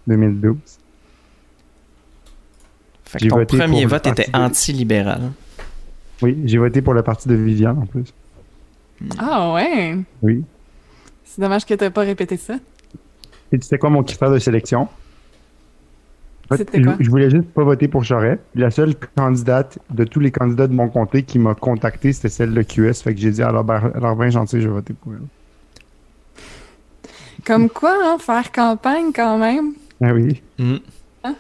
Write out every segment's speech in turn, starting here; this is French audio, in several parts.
2012. Fait que ton premier vote était anti-libéral. Oui, j'ai voté pour le parti de Viviane, en plus. Ah ouais? Oui. C'est dommage que tu n'aies pas répété ça. Et tu sais quoi mon critère de sélection? En fait, C'était quoi? Je voulais juste pas voter pour Charest. La seule candidate de tous les candidats de mon comté qui m'a contacté, c'était celle de QS. Fait que j'ai dit, alors bien gentil, je vais voter pour elle. Comme quoi, hein, faire campagne quand même. Ah oui. Hein?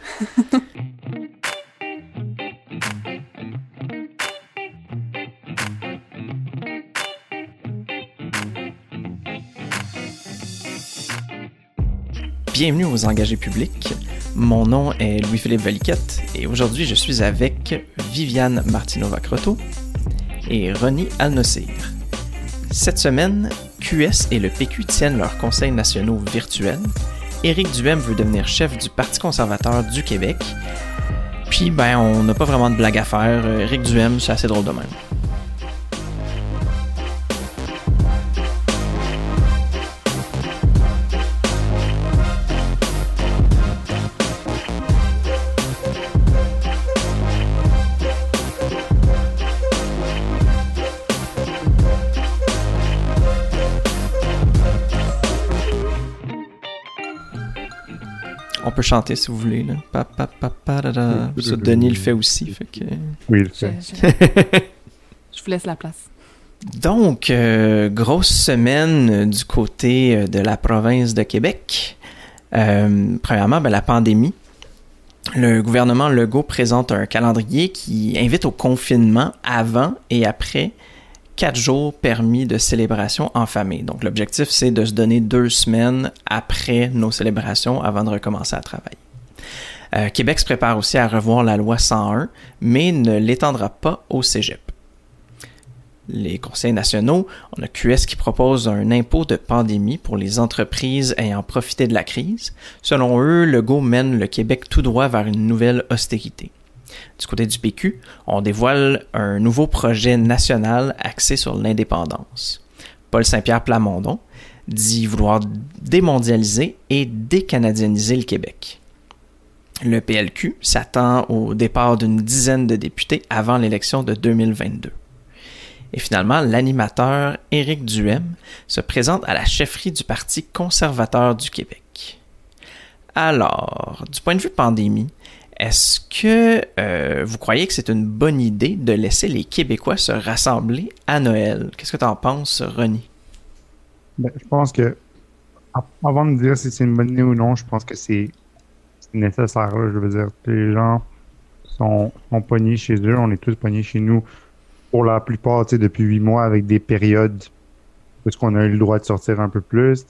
Bienvenue aux engagés publics. Mon nom est Louis-Philippe Valiquette et aujourd'hui je suis avec Viviane Martinova-Croteau et Ronnie Al-Nossir. Cette semaine, QS et le PQ tiennent leurs conseils nationaux virtuels. Éric Duhem veut devenir chef du Parti conservateur du Québec. Puis, on n'a pas vraiment de blague à faire. Éric Duhem, c'est assez drôle de même. On peut chanter si vous voulez. Là. Ça, Denis le fait aussi. Fait que... Oui, il le fait. Je vous laisse la place. Donc, grosse semaine du côté de la province de Québec. Premièrement, la pandémie. Le gouvernement Legault présente un calendrier qui invite au confinement avant et après 4 jours permis de célébration en famille. Donc, l'objectif, c'est de se donner 2 semaines après nos célébrations avant de recommencer à travailler. Québec se prépare aussi à revoir la loi 101, mais ne l'étendra pas au cégep. Les conseils nationaux, on a QS qui propose un impôt de pandémie pour les entreprises ayant profité de la crise. Selon eux, Legault mène le Québec tout droit vers une nouvelle austérité. Du côté du PQ, on dévoile un nouveau projet national axé sur l'indépendance. Paul Saint-Pierre Plamondon dit vouloir démondialiser et décanadianiser le Québec. Le PLQ s'attend au départ d'une dizaine de députés avant l'élection de 2022. Et finalement, l'animateur Éric Duhem se présente à la chefferie du Parti conservateur du Québec. Alors, du point de vue pandémie, est-ce que vous croyez que c'est une bonne idée de laisser les Québécois se rassembler à Noël? Qu'est-ce que tu en penses, Ronnie? Je pense que, avant de dire si c'est une bonne idée ou non, je pense que c'est nécessaire. Là, je veux dire, les gens sont pognés chez eux, on est tous pognés chez nous pour la plupart, depuis 8 mois avec des périodes où on a eu le droit de sortir un peu plus.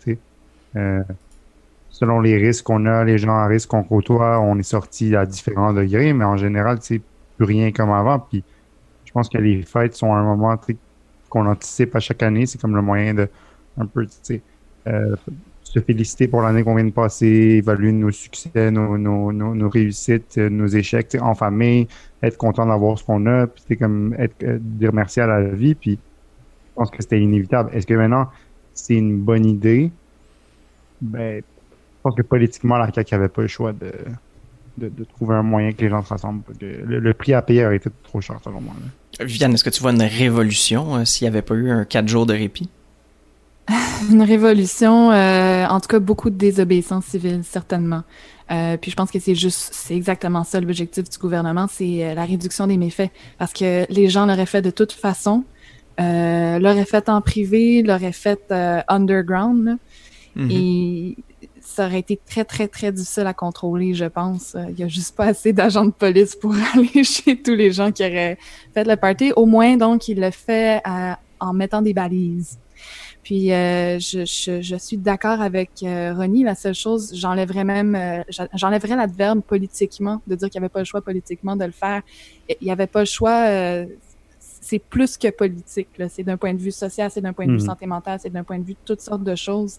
Selon les risques qu'on a, les gens à risque qu'on côtoie, on est sorti à différents degrés, mais en général, plus rien comme avant. Puis je pense que les fêtes sont un moment qu'on anticipe à chaque année. C'est comme le moyen de un peu se féliciter pour l'année qu'on vient de passer, évaluer nos succès, nos réussites, nos échecs en famille, être content d'avoir ce qu'on a, puis dire merci à la vie. Puis je pense que c'était inévitable. Est-ce que maintenant, c'est une bonne idée? Je pense que politiquement, la CAQ n'avait pas le choix de trouver un moyen que les gens se rassemblent. Le prix à payer aurait été trop cher, selon moi. Là. Viviane, est-ce que tu vois une révolution s'il n'y avait pas eu un 4 jours de répit? Une révolution, en tout cas, beaucoup de désobéissance civile, certainement. Puis je pense que c'est exactement ça l'objectif du gouvernement, c'est la réduction des méfaits. Parce que les gens l'auraient fait de toute façon, l'auraient fait en privé, l'auraient fait underground, là. Mm-hmm. Et ça aurait été très, très, très difficile à contrôler, je pense. Il n'y a juste pas assez d'agents de police pour aller chez tous les gens qui auraient fait le party. Au moins, donc, il le fait en mettant des balises. Puis, je suis d'accord avec Ronnie. La seule chose, j'enlèverais l'adverbe politiquement, de dire qu'il n'y avait pas le choix politiquement de le faire. Il n'y avait pas le choix... c'est plus que politique, là. C'est d'un point de vue social, c'est d'un point de vue santé mentale, c'est d'un point de vue de toutes sortes de choses.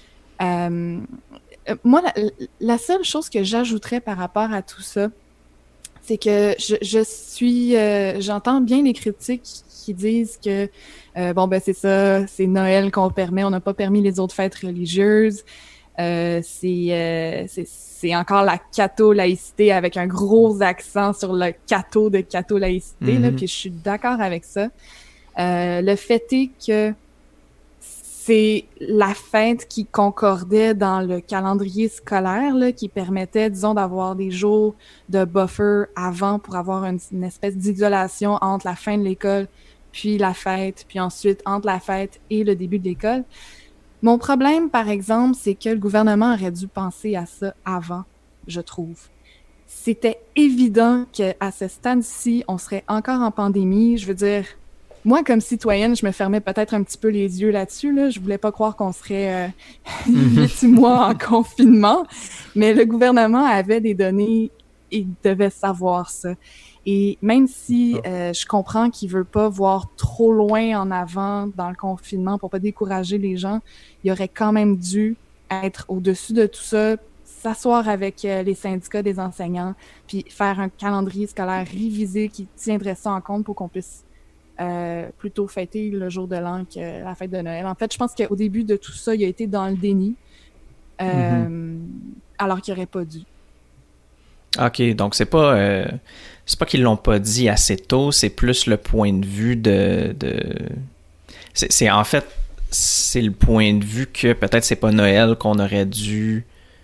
Moi, la seule chose que j'ajouterais par rapport à tout ça, c'est que j'entends bien les critiques qui disent que c'est ça, c'est Noël qu'on permet, on n'a pas permis les autres fêtes religieuses. C'est encore la catho-laïcité avec un gros accent sur le catho de catho-laïcité, là, puis je suis d'accord avec ça. Le fait est que c'est la fête qui concordait dans le calendrier scolaire, là, qui permettait, disons, d'avoir des jours de buffer avant pour avoir une espèce d'isolation entre la fin de l'école puis la fête, puis ensuite entre la fête et le début de l'école. Mon problème, par exemple, c'est que le gouvernement aurait dû penser à ça avant, je trouve. C'était évident qu'à ce stade-ci, on serait encore en pandémie. Je veux dire, moi, comme citoyenne, je me fermais peut-être un petit peu les yeux là-dessus. Là. Je voulais pas croire qu'on serait 8 mois en confinement, mais le gouvernement avait des données et devait savoir ça. Et même si je comprends qu'il veut pas voir trop loin en avant dans le confinement pour pas décourager les gens, il aurait quand même dû être au-dessus de tout ça, s'asseoir avec les syndicats des enseignants, puis faire un calendrier scolaire révisé qui tiendrait ça en compte pour qu'on puisse plutôt fêter le jour de l'an que la fête de Noël. En fait, je pense qu'au début de tout ça, il a été dans le déni, alors qu'il aurait pas dû. OK, donc c'est pas qu'ils l'ont pas dit assez tôt, c'est plus le point de vue c'est en fait c'est le point de vue que peut-être c'est pas Noël qu'on aurait dû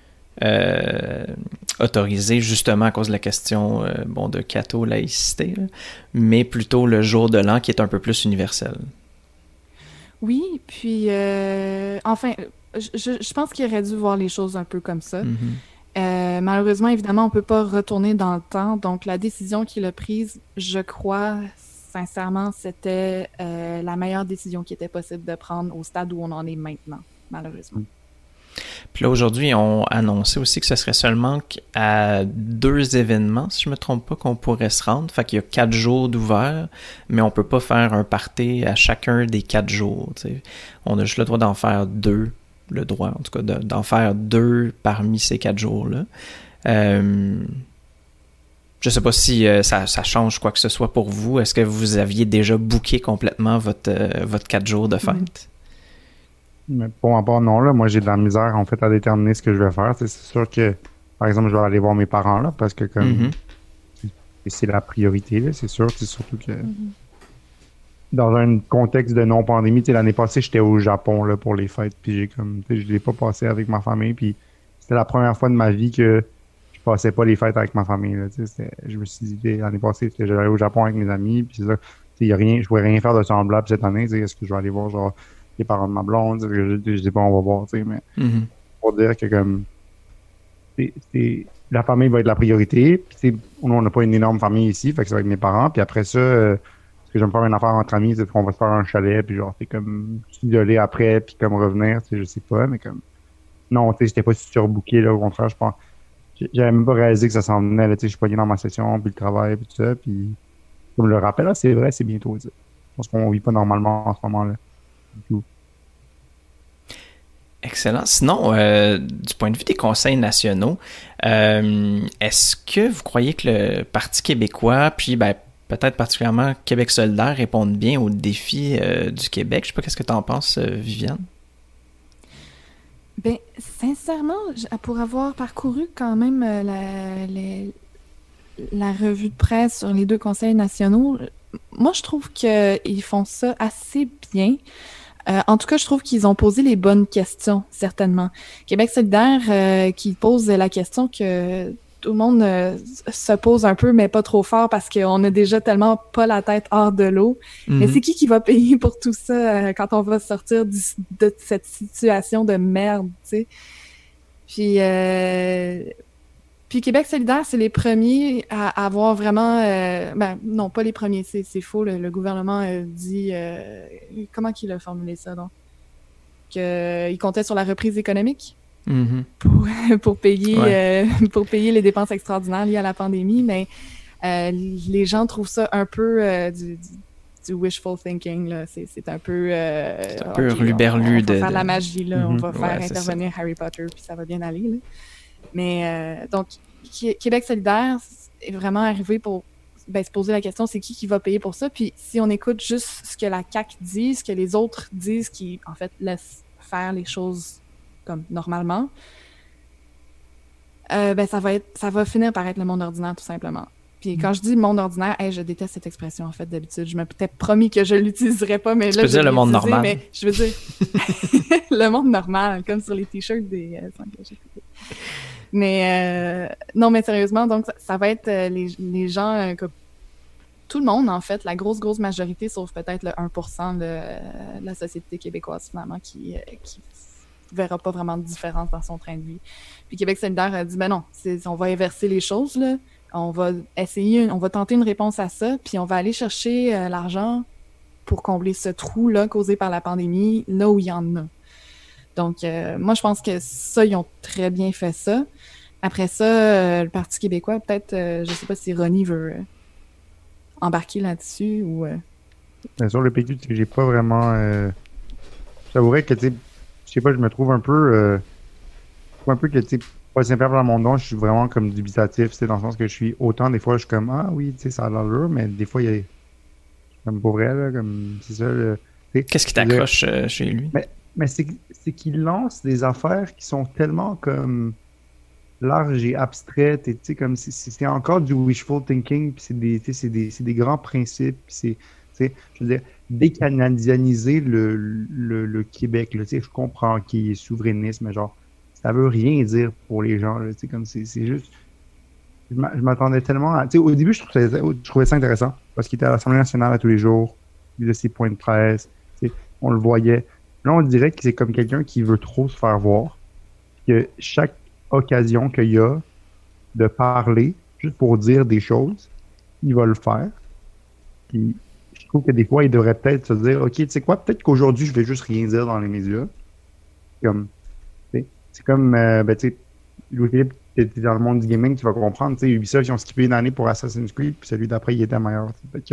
autoriser justement à cause de la question de catho-laïcité, là, mais plutôt le jour de l'an qui est un peu plus universel. Oui, puis enfin, je pense qu'il aurait dû voir les choses un peu comme ça. Malheureusement, évidemment, on peut pas retourner dans le temps. Donc, la décision qu'il a prise, je crois, sincèrement, c'était la meilleure décision qui était possible de prendre au stade où on en est maintenant, malheureusement. Puis là, aujourd'hui, ils ont annoncé aussi que ce serait seulement à 2 événements, si je me trompe pas, qu'on pourrait se rendre. Fait qu'il y a 4 jours d'ouvert, mais on peut pas faire un party à chacun des 4 jours. T'sais. On a juste le droit d'en faire 2. Le droit, en tout cas, d'en faire 2 parmi ces 4 jours-là. Je sais pas si ça change quoi que ce soit pour vous. Est-ce que vous aviez déjà booké complètement votre 4 jours de fête? Mais pour ma part, non. Là, moi, j'ai de la misère, en fait, à déterminer ce que je vais faire. C'est sûr que, par exemple, je vais aller voir mes parents, là, parce que comme c'est la priorité, là, c'est sûr. C'est surtout que dans un contexte de non-pandémie, l'année passée, j'étais au Japon là, pour les fêtes, puis je l'ai pas passé avec ma famille, puis c'était la première fois de ma vie que je passais pas les fêtes avec ma famille. Là, je me suis dit, l'année passée, j'allais au Japon avec mes amis, puis c'est ça, je pourrais rien faire de semblable cette année. Est-ce que je vais aller voir genre les parents de ma blonde? Je dis pas, on va voir, mais pour dire que comme la famille va être la priorité, puis on n'a pas une énorme famille ici, fait que ça va être mes parents, puis après ça... que je vais me faire une affaire entre amis, c'est qu'on va se faire un chalet, puis genre, c'est comme s'isoler après, puis comme revenir, je sais pas, mais comme... Non, j'étais pas surbooké, là, au contraire, je pense... J'avais même pas réalisé que ça s'en venait, là, je suis pogné dans ma session, puis le travail, puis tout ça, puis... Comme le rappel, là, c'est vrai, c'est bientôt, Je pense qu'on vit pas normalement en ce moment-là, du tout. Excellent. Sinon, du point de vue des conseils nationaux, est-ce que vous croyez que le Parti québécois, puis peut-être particulièrement Québec solidaire, répondent bien aux défis du Québec? Je sais pas, qu'est-ce que tu en penses, Viviane? Ben, sincèrement, pour avoir parcouru quand même la revue de presse sur les 2 conseils nationaux, moi, je trouve qu'ils font ça assez bien. En tout cas, je trouve qu'ils ont posé les bonnes questions, certainement. Québec solidaire qui pose la question que tout le monde se pose un peu, mais pas trop fort parce qu'on a déjà tellement pas la tête hors de l'eau. Mais c'est qui va payer pour tout ça quand on va sortir de cette situation de merde, tu sais? Puis Québec solidaire, c'est les premiers à avoir vraiment... non, pas les premiers, c'est faux. Le gouvernement a dit... comment qu'il a formulé ça, donc? Qu'il comptait sur la reprise économique pour payer les dépenses extraordinaires liées à la pandémie, mais les gens trouvent ça un peu du wishful thinking, là. C'est un peu... c'est un peu hurluberlu on va faire de la magie, là. On va faire intervenir ça. Harry Potter, puis ça va bien aller, là. Mais donc, Québec solidaire est vraiment arrivé pour se poser la question, c'est qui va payer pour ça? Puis si on écoute juste ce que la CAQ dit, ce que les autres disent, qui en fait laissent faire les choses comme normalement, ben ça va finir par être le monde ordinaire, tout simplement. Puis quand je dis monde ordinaire, je déteste cette expression, en fait, d'habitude. Je m'étais promis que je l'utiliserais pas, mais tu là, peux dire le monde utilisé, normal. Mais je veux dire, le monde normal, comme sur les t-shirts des Mais non, mais sérieusement, donc ça va être les gens, tout le monde, en fait, la grosse majorité, sauf peut-être le 1% de la société québécoise, finalement, qui verra pas vraiment de différence dans son train de vie. Puis Québec solidaire a dit, ben non, on va inverser les choses, là. On va tenter une réponse à ça, puis on va aller chercher l'argent pour combler ce trou-là causé par la pandémie, là où il y en a. Donc, moi, je pense que ça, ils ont très bien fait ça. Après ça, le Parti québécois, peut-être, je sais pas si Ronnie veut embarquer là-dessus ou... Bien sûr, le PQ, j'ai pas vraiment... J'avouerais que, tu sais, je sais pas, je me trouve un peu que, tu sais, pas simplement dans mon don, je suis vraiment comme dubitatif, c'est dans le sens que je suis autant, des fois, je suis comme, ah oui, tu sais, ça a l'allure, mais des fois, il y a comme pour vrai, là, comme, c'est ça, qu'est-ce qui t'accroche chez lui? Mais c'est qu'il lance des affaires qui sont tellement comme larges et abstraites, et tu sais, comme, c'est encore du wishful thinking, puis c'est des grands principes, puis tu sais, je veux dire, décanadianiser le Québec, là, tu sais, je comprends qu'il est souverainiste, mais genre, ça veut rien dire pour les gens, là, tu sais, comme c'est juste... Je m'attendais tellement à... Tu sais, au début, je trouvais ça intéressant, parce qu'il était à l'Assemblée nationale à tous les jours, il faisait ses points de presse, tu sais, on le voyait. Là, on dirait que c'est comme quelqu'un qui veut trop se faire voir, que chaque occasion qu'il y a de parler, juste pour dire des choses, il va le faire. Puis, je trouve que des fois, il devrait peut-être se dire, OK, tu sais quoi, peut-être qu'aujourd'hui, je vais juste rien dire dans les médias. Comme... C'est comme, ben, tu sais, Louis-Philippe, t'es dans le monde du gaming, tu vas comprendre, tu sais, Ubisoft, ils ont skippé une année pour Assassin's Creed, puis celui d'après, il était meilleur.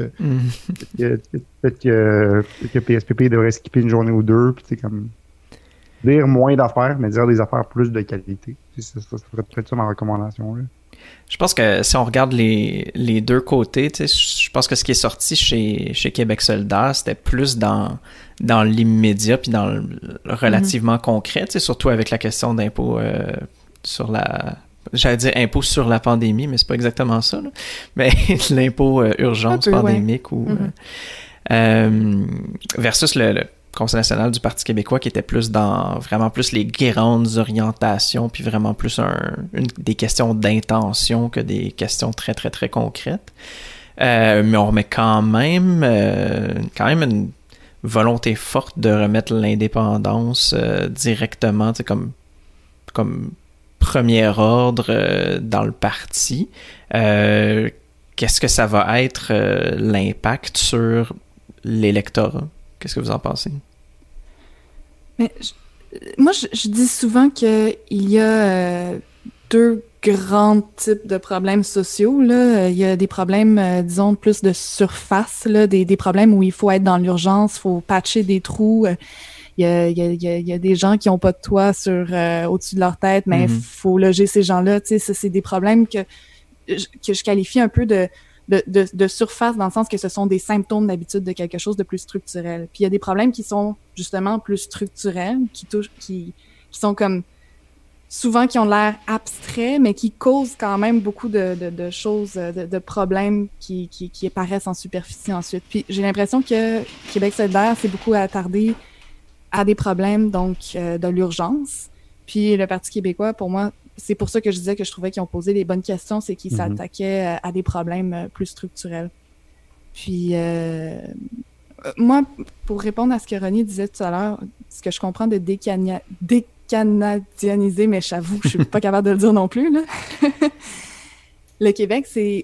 Peut-être que PSPP devrait skipper une journée ou deux, puis tu sais, comme, dire moins d'affaires, mais dire des affaires plus de qualité. Ça serait peut-être ça ma recommandation, là. Je pense que si on regarde les deux côtés, je pense que ce qui est sorti chez Québec solidaire, c'était plus dans l'immédiat puis dans le relativement concret, surtout avec la question d'impôt sur la... J'allais dire impôt sur la pandémie, mais c'est pas exactement ça, là. Mais l'impôt urgence pandémique ou... versus le Conseil national du Parti québécois qui était plus dans vraiment plus les grandes orientations puis vraiment plus des questions d'intention que des questions très très très concrètes, mais on remet quand même une volonté forte de remettre l'indépendance directement, comme premier ordre dans le parti. Qu'est-ce que ça va être l'impact sur l'électorat? Qu'est-ce que vous en pensez? Mais moi, je dis souvent qu'il y a deux grands types de problèmes sociaux, là. Il y a des problèmes, disons, plus de surface, là, des problèmes où il faut être dans l'urgence, il faut patcher des trous. Il y a des gens qui n'ont pas de toit au-dessus de leur tête, mais il faut loger ces gens-là. Tu sais, ça, c'est des problèmes que je qualifie un peu de surface, dans le sens que ce sont des symptômes d'habitude de quelque chose de plus structurel. Puis il y a des problèmes qui sont justement plus structurels, qui sont comme souvent qui ont l'air abstraits, mais qui causent quand même beaucoup de choses, de problèmes qui apparaissent en superficie ensuite. Puis j'ai l'impression que Québec solidaire s'est beaucoup attardé à des problèmes donc de l'urgence. Puis le Parti québécois, pour moi, c'est pour ça que je disais que je trouvais qu'ils ont posé des bonnes questions, c'est qu'ils s'attaquaient à des problèmes plus structurels. Puis, moi, pour répondre à ce que Ronnie disait tout à l'heure, ce que je comprends de décanadianiser, mais j'avoue que je suis pas capable de le dire non plus, là. Le Québec, c'est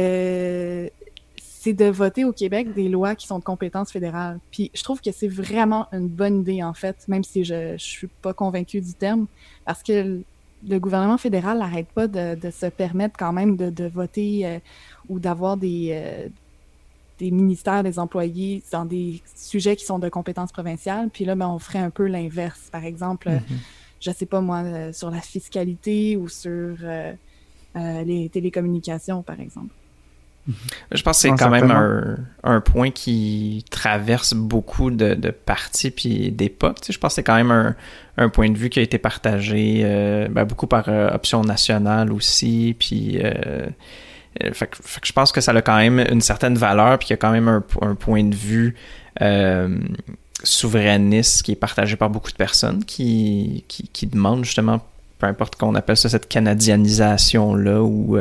de voter au Québec des lois qui sont de compétence fédérale. Puis je trouve que c'est vraiment une bonne idée, en fait, même si je suis pas convaincue du terme, parce que le gouvernement fédéral n'arrête pas de se permettre quand même de voter ou d'avoir des ministères, des employés dans des sujets qui sont de compétences provinciales. Puis là, ben, on ferait un peu l'inverse. Par exemple, je sais pas moi, sur la fiscalité ou sur les télécommunications, par exemple. Je pense que c'est Non, quand même certainement. un point qui traverse beaucoup de partis puis d'époques. Tu sais, je pense que c'est quand même un point de vue qui a été partagé beaucoup par Option nationale aussi. Puis, fait que je pense que ça a quand même une certaine valeur puis qu'il y a quand même un point de vue souverainiste qui est partagé par beaucoup de personnes qui demandent justement, peu importe qu'on appelle ça cette canadianisation-là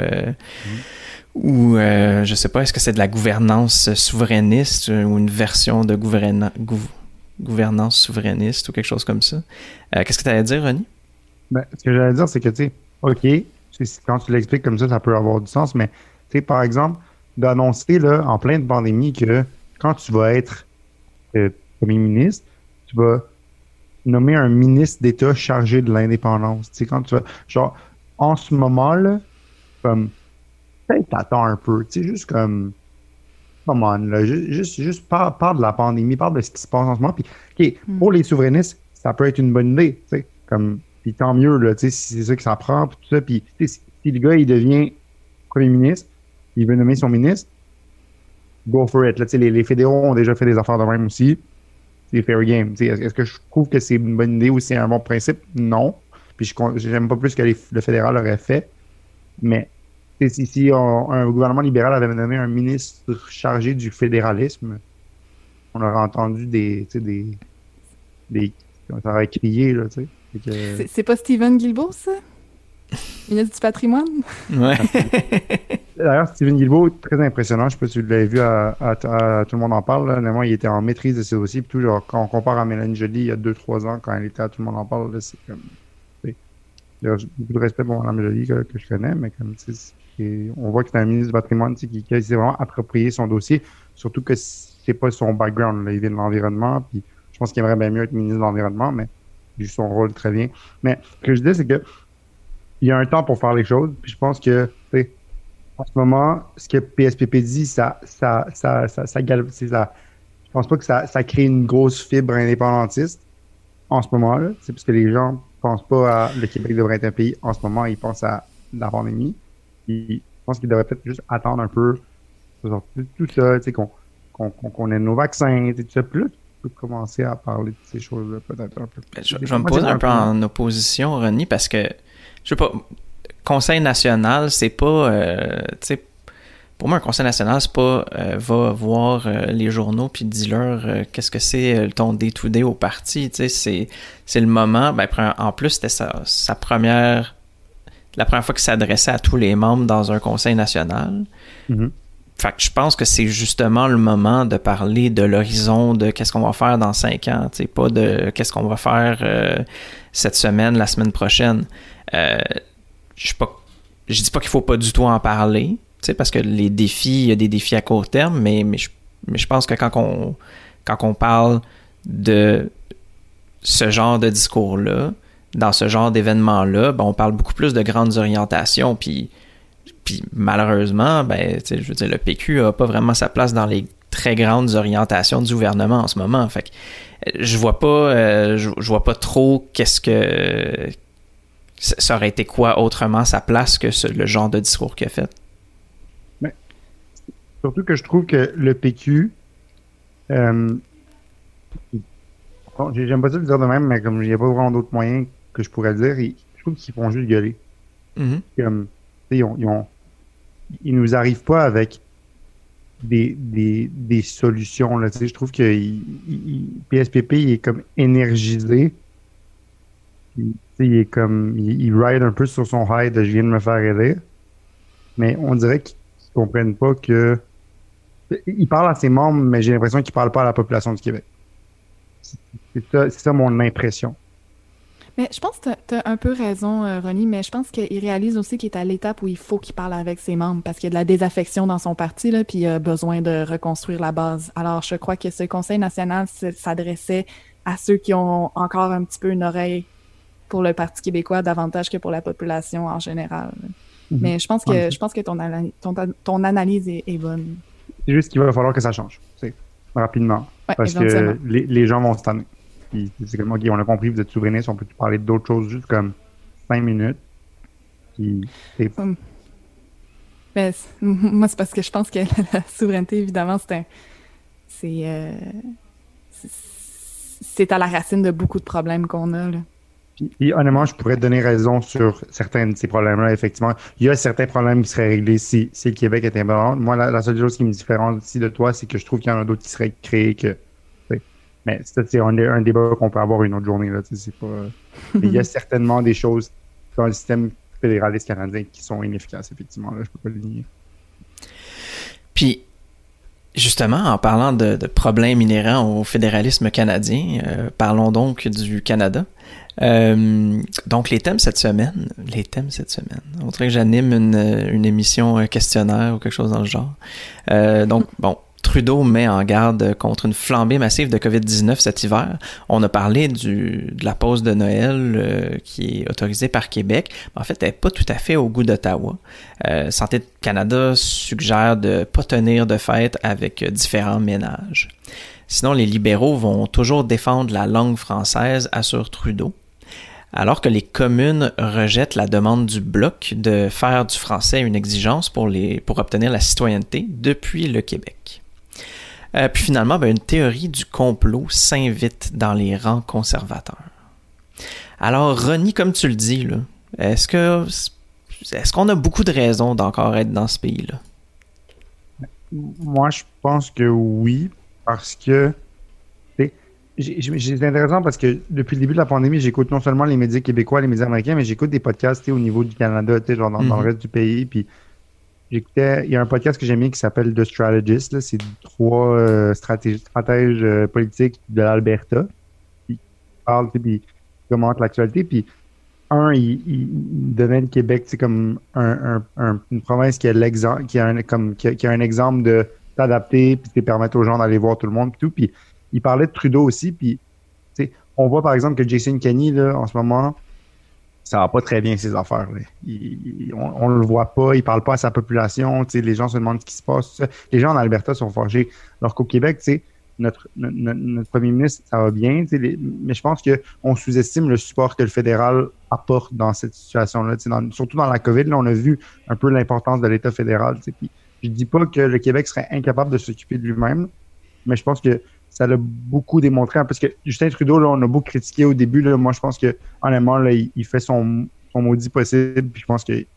ou je sais pas, est-ce que c'est de la gouvernance souverainiste ou une version de gouvernance souverainiste ou quelque chose comme ça. Qu'est-ce que tu allais dire, Ronnie? Ben, ce que j'allais dire, c'est que, tu sais, OK, quand tu l'expliques comme ça peut avoir du sens, mais, tu sais, par exemple, d'annoncer, là, en pleine pandémie, que quand tu vas être premier ministre, tu vas nommer un ministre d'État chargé de l'indépendance. Tu sais, quand tu vas, genre, en ce moment, là, comme, peut-être t'attends un peu, tu sais, juste comme, come on, là, juste parle de la pandémie, parle de ce qui se passe en ce moment, puis, OK, Mm. pour les souverainistes, ça peut être une bonne idée, tu sais, comme, puis tant mieux, là, tu sais, si c'est ça que ça prend, puis tout ça, puis, tu sais, si le gars, il devient premier ministre, il veut nommer son ministre, go for it, là, tu sais, les fédéraux ont déjà fait des affaires de même aussi, c'est fair game, tu sais, est-ce que je trouve que c'est une bonne idée ou c'est un bon principe? Non, puis j'aime pas plus que le fédéral aurait fait, mais si un gouvernement libéral avait nommé un ministre chargé du fédéralisme, on aurait entendu des ça aurait crié, là, tu sais. C'est pas Stephen Guilbeault, ça? Ministre du patrimoine? Ouais. D'ailleurs, Steven Guilbeault, très impressionnant. Je sais pas si tu l'avais vu à Tout le monde en parle. Là. Honnêtement, il était en maîtrise de ses dossiers. Puis tout, genre, quand on compare à Mélanie Joly il y a 2-3 ans, quand elle était à Tout le monde en parle, là, c'est comme. J'ai beaucoup de respect pour Mme Joly que je connais, mais comme tu sais, on voit que c'est un ministre du patrimoine tu sais, qui s'est vraiment approprié son dossier, surtout que c'est pas son background. Là. Il vient de l'environnement, puis je pense qu'il aimerait bien mieux être ministre de l'Environnement, mais il joue son rôle très bien. Mais ce que je dis, c'est que il y a un temps pour faire les choses, puis je pense que tu sais, en ce moment, ce que PSPP dit, je pense pas que ça crée une grosse fibre indépendantiste en ce moment-là. C'est parce que les gens pensent pas à le Québec devrait être un pays en ce moment, ils pensent à la pandémie. Puis, je pense qu'ils devraient peut-être juste attendre un peu tout ça, tu sais, qu'on ait nos vaccins, tout ça. Puis là, tu peux commencer à parler de ces choses-là peut-être un peu plus. Je vais me poser un peu en opposition, Ronnie, parce que, je sais pas, Conseil national, c'est pas, tu sais, pour moi, un conseil national, c'est pas va voir les journaux puis dis-leur qu'est-ce que c'est ton day-to-day au parti. Tu sais, c'est le moment. Ben, en plus, c'était la première fois qu'il s'adressait à tous les membres dans un conseil national. Mm-hmm. Fait que je pense que c'est justement le moment de parler de l'horizon de qu'est-ce qu'on va faire dans 5 ans. Tu sais, pas de qu'est-ce qu'on va faire cette semaine, la semaine prochaine. Je dis pas qu'il faut pas du tout en parler. Parce que les défis, il y a des défis à court terme, mais je pense que quand on parle de ce genre de discours-là, dans ce genre d'événement-là, ben, on parle beaucoup plus de grandes orientations, puis malheureusement, ben, je veux dire, le PQ a pas vraiment sa place dans les très grandes orientations du gouvernement en ce moment. Fait que je vois pas trop qu'est-ce que ça aurait été quoi autrement sa place que le genre de discours qu'il a fait. Surtout que je trouve que le PQ, bon, j'aime pas ça le dire de même, mais comme il n'y a pas vraiment d'autres moyens que je pourrais dire, je trouve qu'ils font juste gueuler. Mm-hmm. Comme, ils nous arrivent pas avec des solutions. Là, je trouve que PSPP il est comme énergisé. Il est comme il ride un peu sur son high de je viens de me faire aider. Mais on dirait qu'ils comprennent pas que il parle à ses membres, mais j'ai l'impression qu'il parle pas à la population du Québec. C'est ça mon impression. Mais je pense que tu as un peu raison, Ronnie, mais je pense qu'il réalise aussi qu'il est à l'étape où il faut qu'il parle avec ses membres parce qu'il y a de la désaffection dans son parti, là, puis il a besoin de reconstruire la base. Alors, je crois que ce Conseil national s'adressait à ceux qui ont encore un petit peu une oreille pour le Parti québécois davantage que pour la population en général. Mm-hmm. Mais je pense que ton analyse est bonne. C'est juste qu'il va falloir que ça change, rapidement. Ouais, parce que les gens vont se tanner. Puis c'est comme, OK, on a compris, vous êtes souverainiste, on peut parler d'autres choses juste comme 5 minutes. Puis, Moi, c'est parce que je pense que la souveraineté, évidemment, c'est, euh, c'est c'est à la racine de beaucoup de problèmes qu'on a, là. Puis, honnêtement, je pourrais te donner raison sur certains de ces problèmes-là. Effectivement, il y a certains problèmes qui seraient réglés si le Québec était indépendant. Moi, la seule chose qui me différencie de toi, c'est que je trouve qu'il y en a d'autres qui seraient créés que. Tu sais. Mais ça, c'est un débat qu'on peut avoir une autre journée. Là, tu sais, c'est pas, mais il y a certainement des choses dans le système fédéraliste canadien qui sont inefficaces, effectivement. Là, je peux pas le nier. Puis, justement, en parlant de problèmes inhérents au fédéralisme canadien, parlons donc du Canada. Donc, les thèmes cette semaine, on dirait que j'anime une émission questionnaire ou quelque chose dans le genre. Donc, bon, Trudeau met en garde contre une flambée massive de COVID-19 cet hiver. On a parlé de la pause de Noël qui est autorisée par Québec. Mais en fait, elle n'est pas tout à fait au goût d'Ottawa. Santé Canada suggère de ne pas tenir de fête avec différents ménages. Sinon, les libéraux vont toujours défendre la langue française, assure Trudeau. Alors que les communes rejettent la demande du Bloc de faire du français une exigence pour obtenir la citoyenneté depuis le Québec. Puis finalement, une théorie du complot s'invite dans les rangs conservateurs. Alors, Ronnie, comme tu le dis, là, est-ce qu'on a beaucoup de raisons d'encore être dans ce pays-là? Moi, je pense que oui, parce que c'est intéressant parce que depuis le début de la pandémie, j'écoute non seulement les médias québécois, les médias américains, mais j'écoute des podcasts au niveau du Canada, genre dans le reste du pays. Puis il y a un podcast que j'aime bien qui s'appelle The Strategist. Là, c'est 3 stratèges politiques de l'Alberta qui parlent, puis commentent l'actualité. Puis il donnait le Québec comme une province qui a un exemple de s'adapter puis de permettre aux gens d'aller voir tout le monde et tout. Puis il parlait de Trudeau aussi, puis on voit par exemple que Jason Kenney, là, en ce moment, ça va pas très bien ses affaires. Là. On le voit pas, il parle pas à sa population, les gens se demandent ce qui se passe. Les gens en Alberta sont fâchés. Alors qu'au Québec, notre premier ministre, ça va bien, mais je pense qu'on sous-estime le support que le fédéral apporte dans cette situation-là. Surtout dans la COVID, là, on a vu un peu l'importance de l'État fédéral. Puis je dis pas que le Québec serait incapable de s'occuper de lui-même, mais je pense que ça l'a beaucoup démontré. Parce que Justin Trudeau, là, on a beau critiquer au début. Là, moi, je pense que honnêtement, là, il fait son maudit possible. Puis je pense qu'il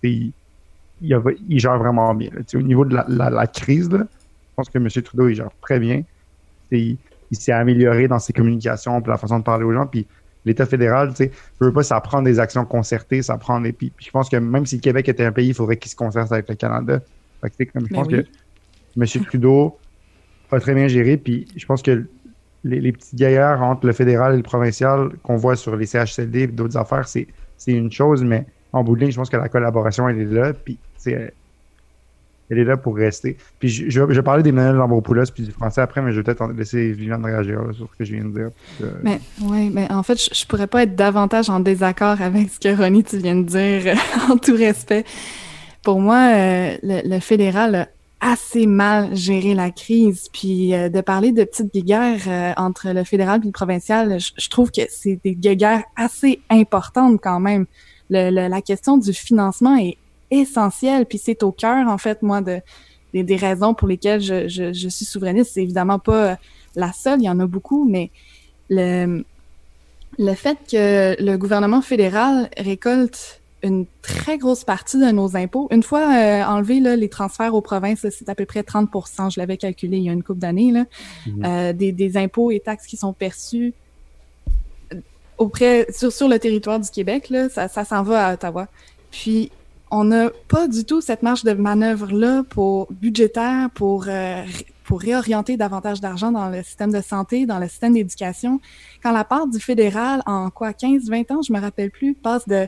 gère vraiment bien. Là. Au niveau de la crise, là, je pense que M. Trudeau, il gère très bien. Il s'est amélioré dans ses communications, puis la façon de parler aux gens. Puis l'État fédéral, je veux pas, ça prend des actions concertées, ça prend des. Puis je pense que même si le Québec était un pays, il faudrait qu'il se concerte avec le Canada. Fait que, je pense que M. Trudeau pas très bien géré, puis je pense que les petits gaillards entre le fédéral et le provincial qu'on voit sur les CHSLD et d'autres affaires, c'est une chose, mais en bout de ligne, je pense que la collaboration, elle est là, puis elle est là pour rester. Puis je vais parler d'Emmanuel Lambropoulos puis du français après, mais je vais peut-être laisser Viviane réagir là, sur ce que je viens de dire. Mais en fait, je pourrais pas être davantage en désaccord avec ce que Ronnie, tu viens de dire, en tout respect. Pour moi, le fédéral a assez mal géré la crise, puis de parler de petites guéguerres entre le fédéral et le provincial, je trouve que c'est des guéguerres assez importantes quand même. La question du financement est essentielle, puis c'est au cœur, en fait, moi, des raisons pour lesquelles je suis souverainiste. C'est évidemment pas la seule, il y en a beaucoup, mais le fait que le gouvernement fédéral récolte une très grosse partie de nos impôts. Une fois enlevé là, les transferts aux provinces, là, c'est à peu près 30%, je l'avais calculé il y a une couple d'années, là, des impôts et taxes qui sont perçus sur le territoire du Québec, là, ça s'en va à Ottawa. Puis, on n'a pas du tout cette marge de manœuvre-là budgétaire pour réorienter davantage d'argent dans le système de santé, dans le système d'éducation. Quand la part du fédéral, en 15-20 ans, je me rappelle plus, passe de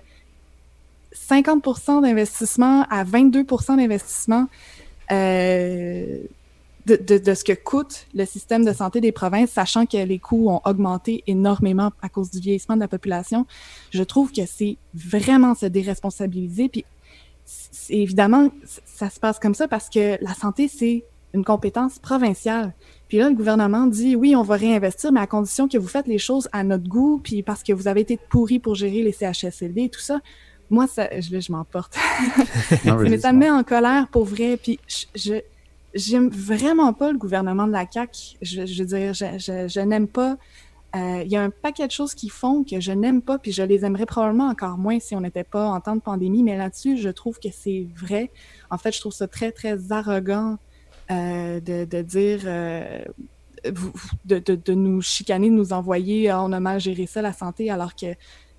50% d'investissement à 22% d'investissement de ce que coûte le système de santé des provinces, sachant que les coûts ont augmenté énormément à cause du vieillissement de la population. Je trouve que c'est vraiment se déresponsabiliser. Puis évidemment, ça se passe comme ça parce que la santé, c'est une compétence provinciale. Puis là, le gouvernement dit, oui, on va réinvestir, mais à condition que vous faites les choses à notre goût, puis parce que vous avez été pourris pour gérer les CHSLD et tout ça. moi, je m'emporte. Non, Mais vas-y, ça me met en colère pour vrai. Puis j'aime vraiment pas le gouvernement de la CAQ. Je veux dire, je n'aime pas. Il y a un paquet de choses qui font que je n'aime pas, puis je les aimerais probablement encore moins si on n'était pas en temps de pandémie. Mais là-dessus, je trouve que c'est vrai. En fait, je trouve ça très, très arrogant de dire... de nous chicaner, de nous envoyer « on a mal géré ça, la santé », alors que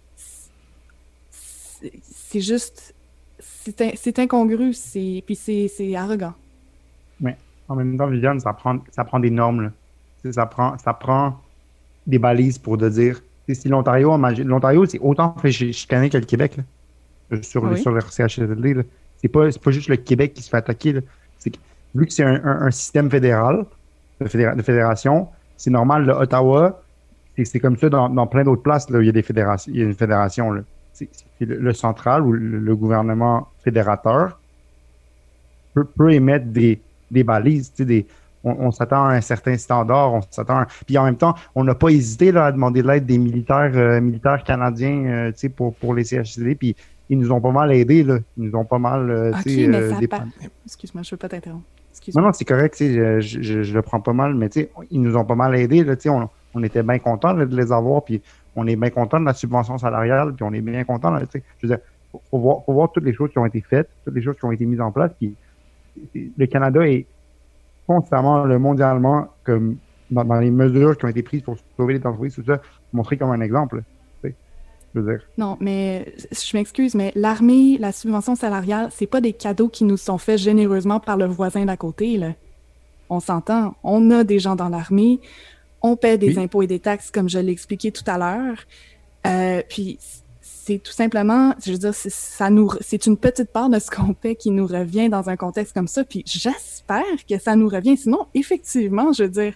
c'est juste... C'est incongru, puis c'est arrogant. Mais en même temps, Viviane, ça prend des normes, là. Tu sais, ça prend des balises pour de dire, tu sais, si l'Ontario, c'est autant fait chicaner que le Québec, là, Oui. sur le CHSLD, là. C'est pas juste le Québec qui se fait attaquer, là. Vu que c'est un système fédéral, de fédération, c'est normal, là, Ottawa, c'est comme ça dans plein d'autres places, là, où il y a des fédérations, il y a une fédération, là. C'est le central ou le gouvernement fédérateur peut émettre des balises, tu sais, on s'attend à un certain standard, puis en même temps, on n'a pas hésité là, à demander l'aide des militaires canadiens, tu sais, pour les CHSLD, puis ils nous ont pas mal aidés, là. Ils nous ont pas mal, OK, tu sais, mais ça Excuse-moi, je veux pas t'interrompre. Non, Excuse-moi. non, c'est correct, tu sais, je le prends pas mal, mais tu sais, ils nous ont pas mal aidés, là, tu sais, on était bien contents là, de les avoir, puis on est bien contents de la subvention salariale, puis on est bien contents, là, tu sais, je veux dire, faut voir toutes les choses qui ont été faites, toutes les choses qui ont été mises en place, puis le Canada est constamment, mondialement, comme dans les mesures qui ont été prises pour sauver les entreprises, tout ça, montré comme un exemple, tu sais, je veux dire. Non, mais je m'excuse, mais l'armée, la subvention salariale, c'est pas des cadeaux qui nous sont faits généreusement par le voisin d'à côté, là. On s'entend, on a des gens dans l'armée, on paie des impôts et des taxes, comme je l'ai expliqué tout à l'heure. Puis c'est tout simplement, je veux dire, c'est une petite part de ce qu'on paie qui nous revient dans un contexte comme ça. Puis j'espère que ça nous revient. Sinon, effectivement, je veux dire,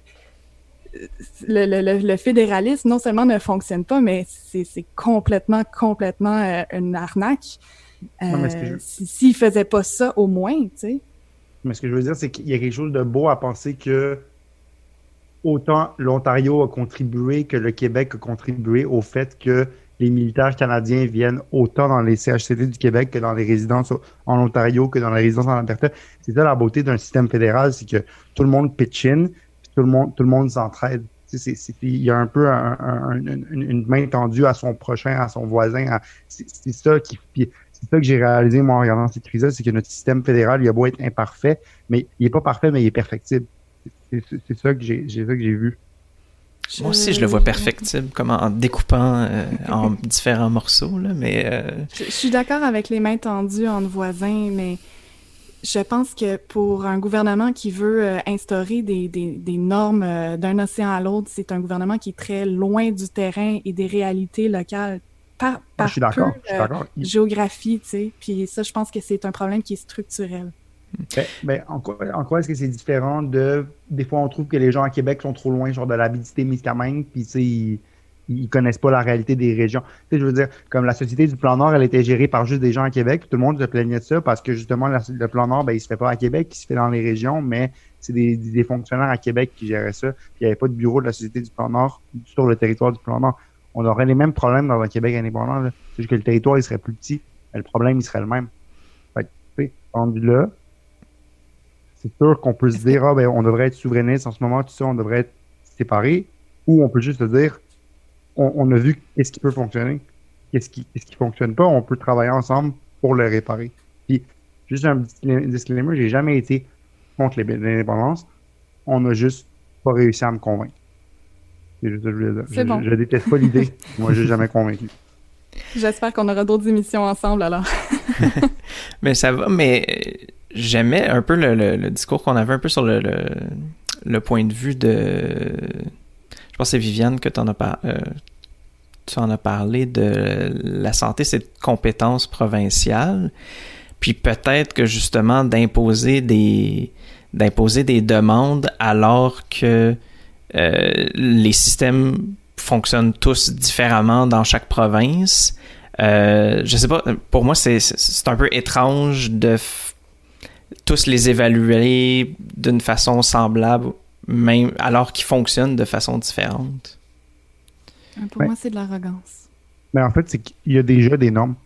le fédéralisme non seulement ne fonctionne pas, mais c'est complètement une arnaque. Non, S'ils faisaient pas ça, au moins, tu sais. Mais ce que je veux dire, c'est qu'il y a quelque chose de beau à penser que autant l'Ontario a contribué que le Québec a contribué au fait que les militaires canadiens viennent autant dans les CHSLD du Québec que dans les résidences en Ontario, que dans les résidences en Alberta. C'est ça la beauté d'un système fédéral, c'est que tout le monde pitch in, puis tout le monde s'entraide. Il y a un peu une main tendue à son prochain, à son voisin. C'est ça que j'ai réalisé, moi, en regardant cette crise-là, c'est que notre système fédéral, il a beau être imparfait, mais il est pas parfait, mais il est perfectible. C'est ça que j'ai vu. Moi aussi, je le vois perfectible, comme en découpant en différents morceaux, là, mais... Je suis d'accord avec les mains tendues entre voisins, mais je pense que pour un gouvernement qui veut instaurer des normes d'un océan à l'autre, c'est un gouvernement qui est très loin du terrain et des réalités locales par je suis d'accord. géographie, tu sais. Puis ça, je pense que c'est un problème qui est structurel. En quoi est-ce que c'est différent des fois on trouve que les gens à Québec sont trop loin, genre de l'Abitibi-Témiscamingue, puis tu sais, ils connaissent pas la réalité des régions. Tu sais, je veux dire, comme la Société du Plan Nord, elle était gérée par juste des gens à Québec, puis tout le monde se plaignait de ça parce que justement, le Plan Nord, ben, il se fait pas à Québec, il se fait dans les régions, mais c'est des fonctionnaires à Québec qui géraient ça, puis il n'y avait pas de bureau de la Société du Plan Nord sur le territoire du Plan Nord. On aurait les mêmes problèmes dans un Québec indépendant, là. C'est juste que le territoire, il serait plus petit, mais le problème, il serait le même. Fait que, tu sais, rendu là, c'est sûr qu'on peut se dire, on devrait être souverainiste en ce moment, tout ça, on devrait être séparés, ou on peut juste se dire, on a vu qu'est-ce qui peut fonctionner, qu'est-ce qui fonctionne pas, on peut travailler ensemble pour le réparer. Puis, juste un petit disclaimer, j'ai jamais été contre l'indépendance, on n'a juste pas réussi à me convaincre. C'est juste ça que je voulais dire. Bon. Je déteste pas l'idée, moi, j'ai jamais convaincu. J'espère qu'on aura d'autres émissions ensemble, alors. Mais ça va, mais j'aimais un peu le discours qu'on avait un peu sur le point de vue de... Je pense que c'est Viviane que tu en as parlé de la santé, c'est une compétence provinciale. Puis peut-être que justement d'imposer des demandes alors que les systèmes fonctionnent tous différemment dans chaque province. Je sais pas, pour moi c'est un peu étrange de tous les évaluer d'une façon semblable, même alors qu'ils fonctionnent de façon différente. Pour moi, c'est de l'arrogance. Mais en fait, c'est qu'il y a déjà des normes.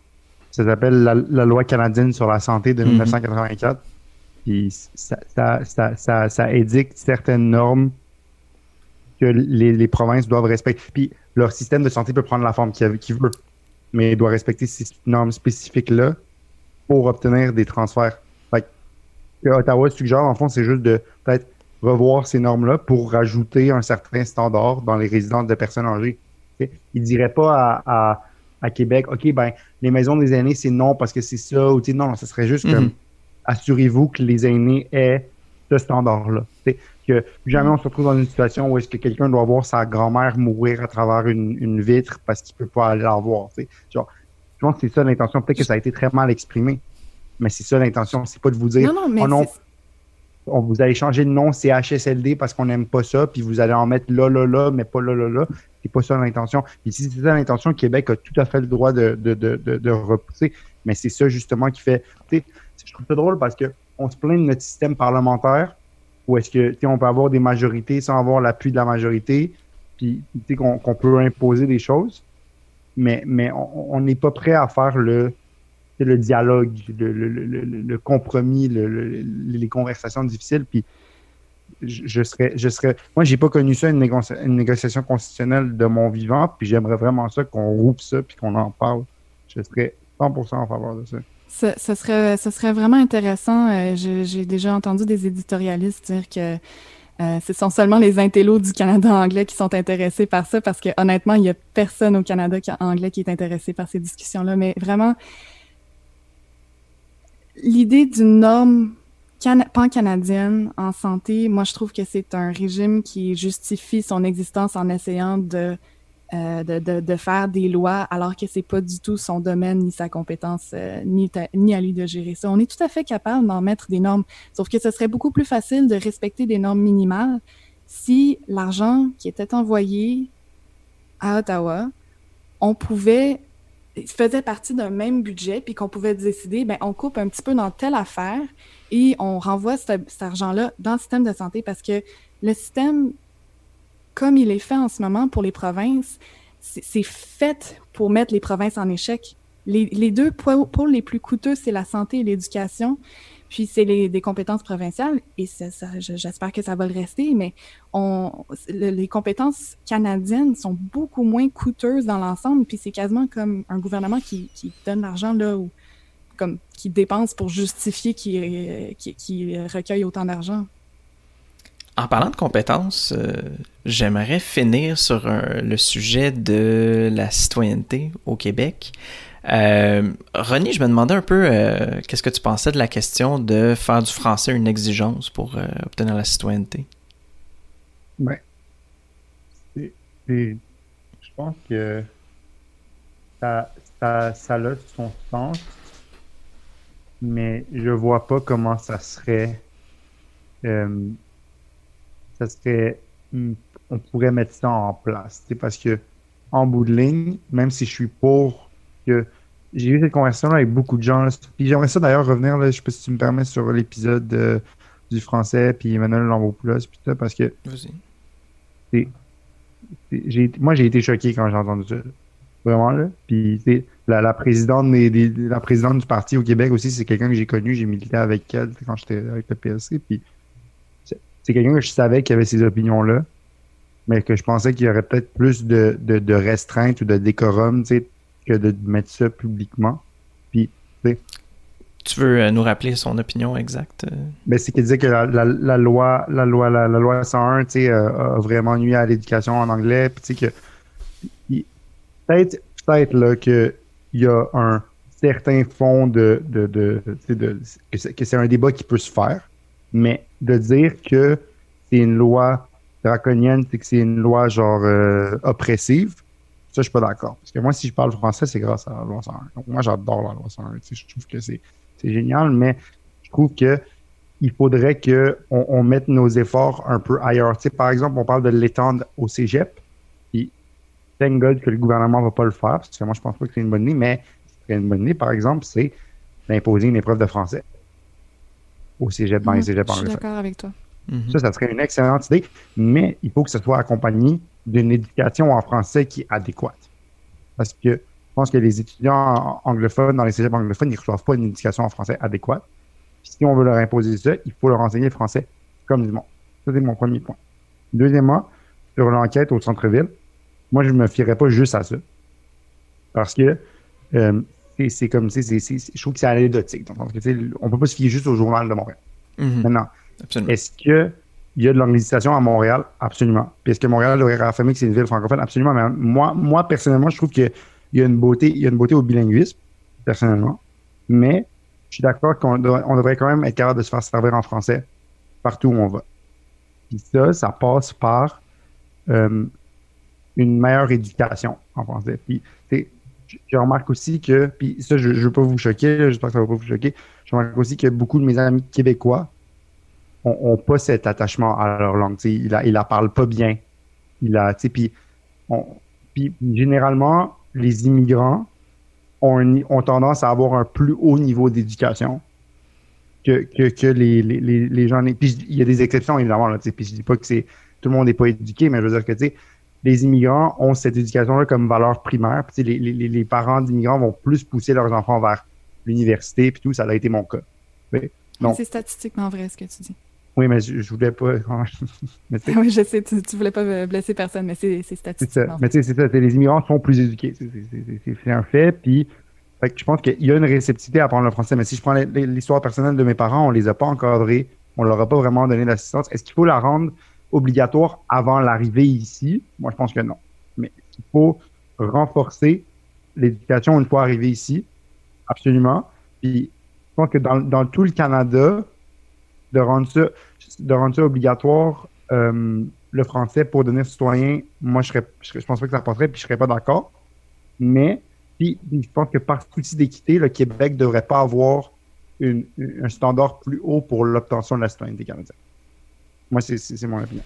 Ça s'appelle la loi canadienne sur la santé de 1984. Puis ça édicte certaines normes que les provinces doivent respecter. Puis leur système de santé peut prendre la forme qu'il veut, mais il doit respecter ces normes spécifiques-là pour obtenir des transferts. Fait que Ottawa suggère, en fond, c'est juste de peut-être revoir ces normes-là pour rajouter un certain standard dans les résidences de personnes âgées. Okay? Ils ne diraient pas à Québec, OK, ben les maisons des aînés, c'est non parce que c'est ça, ou non, ça serait juste comme assurez-vous que les aînés aient ce standard-là. Que jamais on se retrouve dans une situation où est-ce que quelqu'un doit voir sa grand-mère mourir à travers une vitre parce qu'il peut pas aller la voir. Genre, je pense que c'est ça l'intention. Peut-être que ça a été très mal exprimé, mais c'est ça l'intention. C'est pas de vous dire mais oh non, on vous allez changer de nom CHSLD parce qu'on n'aime pas ça, puis vous allez en mettre là, mais pas là. C'est pas ça l'intention. Et si c'est ça l'intention, Québec a tout à fait le droit de repousser. Mais c'est ça justement qui fait. Je trouve ça drôle parce que on se plaint de notre système parlementaire où est-ce que on peut avoir des majorités sans avoir l'appui de la majorité, puis qu'on peut imposer des choses, mais on n'est pas prêt à faire le dialogue, le compromis, les conversations difficiles. Puis je serais. Moi, j'ai pas connu ça, une négociation constitutionnelle de mon vivant, puis j'aimerais vraiment ça qu'on rouvre ça puis qu'on en parle. Je serais 100% en faveur de ça. Ce serait vraiment intéressant. J'ai déjà entendu des éditorialistes dire que ce sont seulement les intellos du Canada anglais qui sont intéressés par ça, parce que honnêtement, il n'y a personne au Canada anglais qui est intéressé par ces discussions-là. Mais vraiment, l'idée d'une norme pan-canadienne en santé, moi, je trouve que c'est un régime qui justifie son existence en essayant de faire des lois alors que c'est pas du tout son domaine ni sa compétence ni à lui de gérer ça. On est tout à fait capable d'en mettre des normes, sauf que ce serait beaucoup plus facile de respecter des normes minimales si l'argent qui était envoyé à Ottawa, faisait partie d'un même budget, puis qu'on pouvait décider, ben on coupe un petit peu dans telle affaire et on renvoie cet argent-là dans le système de santé, parce que le système, comme il est fait en ce moment pour les provinces, c'est fait pour mettre les provinces en échec. Les deux pôles les plus coûteux, c'est la santé et l'éducation, puis c'est des compétences provinciales, et j'espère que ça va le rester, mais les compétences canadiennes sont beaucoup moins coûteuses dans l'ensemble, puis c'est quasiment comme un gouvernement qui donne l'argent là, ou comme qui dépense pour justifier qu'il recueille autant d'argent. En parlant de compétences, j'aimerais finir sur le sujet de la citoyenneté au Québec. Ronnie, je me demandais un peu qu'est-ce que tu pensais de la question de faire du français une exigence pour obtenir la citoyenneté? Ben, je pense que ça a son sens, mais je vois pas comment ça serait... on pourrait mettre ça en place, parce que en bout de ligne, même si je suis pour que j'ai eu cette conversation-là avec beaucoup de gens, là, puis j'aimerais ça d'ailleurs revenir, là, je sais pas si tu me permets, sur l'épisode du français, puis Emmanuel Lambropoulos, puis ça, parce que moi j'ai été choqué quand j'ai entendu ça, vraiment là, puis la présidente la présidente du parti au Québec aussi, c'est quelqu'un que j'ai connu, j'ai milité avec elle quand j'étais avec le PLC, puis c'est quelqu'un que je savais qui avait ces opinions-là, mais que je pensais qu'il y aurait peut-être plus de restreintes ou de décorum, tu sais, que de mettre ça publiquement. Puis, tu veux nous rappeler son opinion exacte? Ben, c'est qu'il disait que la loi 101, tu sais, a vraiment nuit à l'éducation en anglais. Puis, tu sais, que peut-être là qu'il y a un certain fond que c'est un débat qui peut se faire, mais de dire que c'est une loi draconienne, c'est que c'est une loi genre oppressive, ça, je suis pas d'accord. Parce que moi, si je parle français, c'est grâce à la loi 101. Donc, moi, j'adore la loi 101. Je trouve que c'est génial, mais je trouve que il faudrait qu'on mette nos efforts un peu ailleurs. Tu sais, par exemple, on parle de l'étendre au cégep, puis thank God que le gouvernement va pas le faire, parce que moi, je pense pas que c'est une bonne idée, mais ce qui serait une bonne idée, par exemple, c'est d'imposer une épreuve de français au cégep, dans les cégeps anglophones. Je suis d'accord avec toi. Ça serait une excellente idée, mais il faut que ce soit accompagné d'une éducation en français qui est adéquate. Parce que pense que les étudiants anglophones, dans les cégeps anglophones, ils ne reçoivent pas une éducation en français adéquate. Puis si on veut leur imposer ça, il faut leur enseigner le français comme du monde. Ça, c'est mon premier point. Deuxièmement, sur l'enquête au centre-ville, moi, je ne me fierais pas juste à ça. Parce que c'est comme, je trouve que c'est anecdotique. Donc, on ne peut pas se fier juste au Journal de Montréal. Maintenant, est-ce qu'il y a de l'anglicisation à Montréal? Absolument. Puis est-ce que Montréal devrait réaffirmer que c'est une ville francophone? Absolument. Mais moi personnellement, je trouve qu'il y a une beauté au bilinguisme, personnellement. Mais je suis d'accord qu'on devrait quand même être capable de se faire servir en français partout où on va. Puis ça passe par une meilleure éducation en français. Puis, je remarque aussi que, puis ça, je ne veux pas vous choquer, j'espère que ça ne va pas vous choquer, je remarque aussi que beaucoup de mes amis québécois n'ont pas cet attachement à leur langue. Ils la parlent pas bien. Puis généralement, les immigrants ont tendance à avoir un plus haut niveau d'éducation que les gens. Puis il y a des exceptions, évidemment. Là, puis je dis pas que tout le monde n'est pas éduqué, mais je veux dire que les immigrants ont cette éducation-là comme valeur primaire. Puis, les parents d'immigrants vont plus pousser leurs enfants vers l'université, puis tout. Ça a été mon cas. Donc, c'est statistiquement vrai ce que tu dis. Oui, mais je voulais pas. Oui, je sais, tu voulais pas blesser personne, mais c'est statistique. C'est ça. Mais tu sais, c'est ça. Les immigrants sont plus éduqués. C'est un fait. Puis, je pense qu'il y a une réceptivité à apprendre le français. Mais si je prends l'histoire personnelle de mes parents, on les a pas encadrés. On leur a pas vraiment donné d'assistance. Est-ce qu'il faut la rendre obligatoire avant l'arrivée ici? Moi, je pense que non. Mais il faut renforcer l'éducation une fois arrivé ici. Absolument. Puis, je pense que dans tout le Canada, de rendre ça obligatoire, le français pour devenir citoyen, moi, je pense pas que ça passerait, puis je serais pas d'accord. Mais, puis, je pense que par souci d'équité, le Québec devrait pas avoir un standard plus haut pour l'obtention de la citoyenneté canadienne. Moi, c'est mon opinion.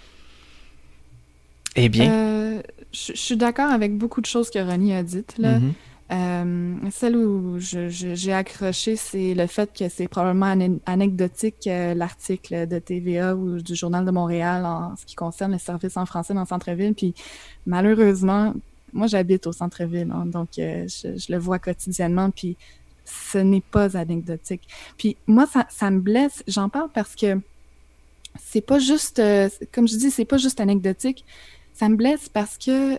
Eh bien. Je suis d'accord avec beaucoup de choses que Ronnie a dites, là. Celle où j'ai accroché, c'est le fait que c'est probablement anecdotique l'article de TVA ou du Journal de Montréal en ce qui concerne les services en français dans le centre-ville. Puis malheureusement, moi j'habite au centre-ville, hein, donc je le vois quotidiennement, puis ce n'est pas anecdotique. Puis moi, ça me blesse, j'en parle parce que c'est pas juste, comme je dis, c'est pas juste anecdotique, ça me blesse parce que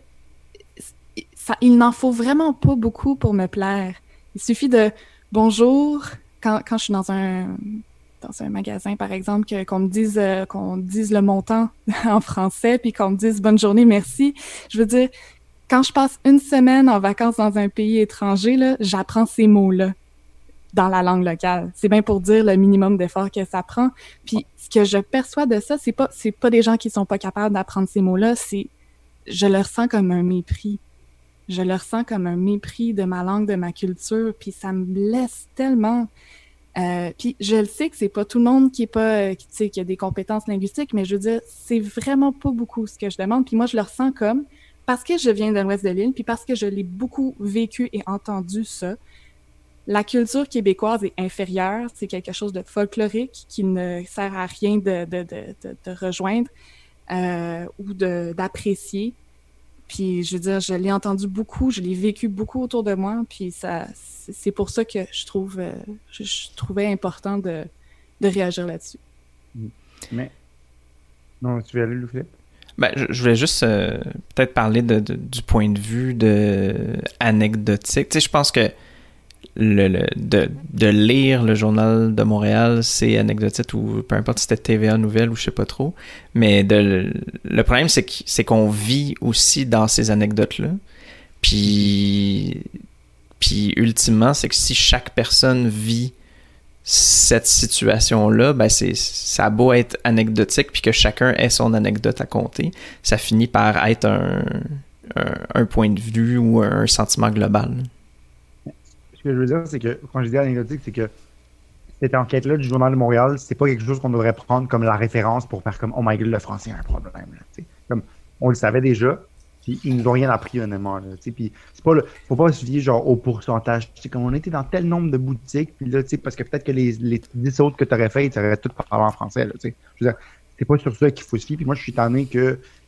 il n'en faut vraiment pas beaucoup pour me plaire. Il suffit de bonjour quand je suis dans un magasin, par exemple, qu'on me dise le montant en français, puis qu'on me dise bonne journée, merci. Je veux dire, quand je passe une semaine en vacances dans un pays étranger, là, j'apprends ces mots-là dans la langue locale. C'est bien pour dire le minimum d'effort que ça prend. Puis ce que je perçois de ça, c'est pas des gens qui sont pas capables d'apprendre ces mots-là, je le ressens comme un mépris. Je le ressens comme un mépris de ma langue, de ma culture, puis ça me blesse tellement. Puis je le sais que c'est pas tout le monde qui a des compétences linguistiques, mais je veux dire, c'est vraiment pas beaucoup ce que je demande. Puis moi, je le ressens comme, parce que je viens de l'ouest de l'île, puis parce que je l'ai beaucoup vécu et entendu ça, la culture québécoise est inférieure, c'est quelque chose de folklorique qui ne sert à rien de rejoindre ou d'apprécier. Puis, je veux dire, je l'ai entendu beaucoup, je l'ai vécu beaucoup autour de moi, puis c'est pour ça que je trouvais important de réagir là-dessus. Mais, non, tu veux aller, Louis-Philippe? Ben, je voulais juste peut-être parler du point de vue anecdotique. Tu sais, je pense que de lire le Journal de Montréal, c'est anecdotique, ou peu importe si c'était TVA Nouvelle ou je sais pas trop, mais le problème c'est qu'on vit aussi dans ces anecdotes-là, puis ultimement c'est que si chaque personne vit cette situation-là, ben ça a beau être anecdotique puis que chacun ait son anecdote à compter, ça finit par être un point de vue ou un sentiment global. Ce que je veux dire, c'est que, quand je dis anecdotique, c'est que cette enquête-là du Journal de Montréal, c'est pas quelque chose qu'on devrait prendre comme la référence pour faire comme « Oh my God, le français a un problème. » Comme, on le savait déjà, puis ils nous ont rien appris, honnêtement. Puis faut pas se fier genre au pourcentage. Comme on était dans tel nombre de boutiques, puis là, parce que peut-être que les 10 autres que tu aurais fait, ils auraient tous parlé en français. Là, je veux dire, c'est pas sur ça qu'il faut se fier. Puis moi, je suis tanné que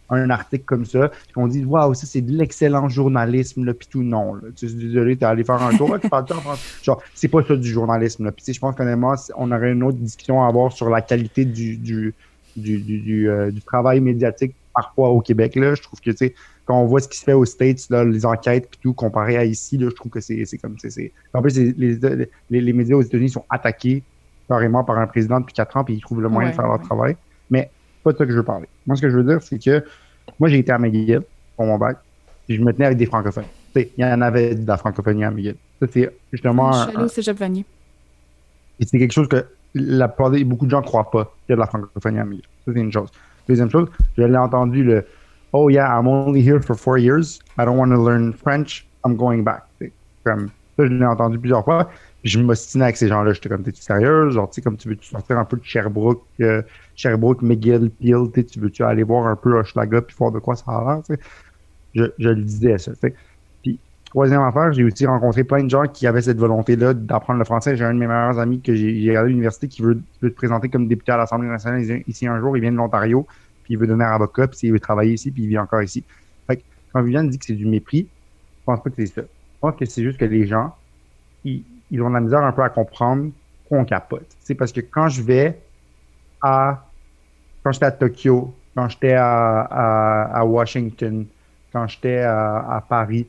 un article comme ça, puis qu'on dit, waouh, ça, c'est de l'excellent journalisme, là, puis tout, non, là. Tu sais, désolé, t'es allé faire un tour, tu parles en France. Genre, c'est pas ça du journalisme, là. Puis, tu sais, je pense qu'honnêtement, on aurait une autre discussion à avoir sur la qualité du travail médiatique parfois au Québec, là. Je trouve que, tu sais, quand on voit ce qui se fait aux States, là, les enquêtes puis tout, comparé à ici, là, je trouve que c'est comme, en plus, les médias aux États-Unis sont attaqués carrément par un président depuis 4 ans, puis ils trouvent le moyen de faire leur travail. Mais c'est pas de ça que je veux parler. Moi, ce que je veux dire, c'est que moi, j'ai été à McGill pour mon bac, puis je me tenais avec des francophones. Tu sais, il y en avait de la francophonie à McGill. Ça, c'est justement... Je suis allée au Cégep Vanier. Et c'est quelque chose que beaucoup de gens ne croient pas, qu'il y a de la francophonie à McGill. Ça, c'est une chose. Deuxième chose, je l'ai entendu le « Oh yeah, I'm only here for 4 years. I don't want to learn French. I'm going back. » Comme ça, je l'ai entendu plusieurs fois. Puis je m'ostinais avec ces gens-là. J'étais comme, t'es-tu sérieuse? Genre, tu sais, comme tu veux-tu sortir un peu de Sherbrooke, McGill, Peel, tu veux-tu aller voir un peu Hochelaga puis voir de quoi ça a l'air, tu sais? Je lui disais ça, tu sais. Puis, troisième affaire, j'ai aussi rencontré plein de gens qui avaient cette volonté-là d'apprendre le français. J'ai un de mes meilleurs amis que j'ai regardé à l'université qui veut se présenter comme député à l'Assemblée nationale ici un jour. Il vient de l'Ontario, puis il veut devenir avocat, puis il veut travailler ici, puis il vit encore ici. Fait que quand Viviane dit que c'est du mépris, je pense pas que c'est ça. Je pense que c'est juste que les gens, ils ont de la misère un peu à comprendre qu'on capote. C'est parce que quand j'étais à Tokyo, quand j'étais à Washington, quand j'étais à Paris,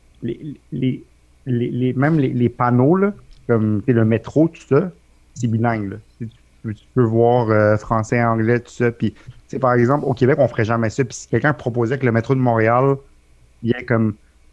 même les panneaux, là, comme le métro, tout ça, c'est bilingue. Là. Tu peux voir français, anglais, tout ça. Puis, par exemple, au Québec, on ferait jamais ça. Puis si quelqu'un proposait que le métro de Montréal, il y ait comme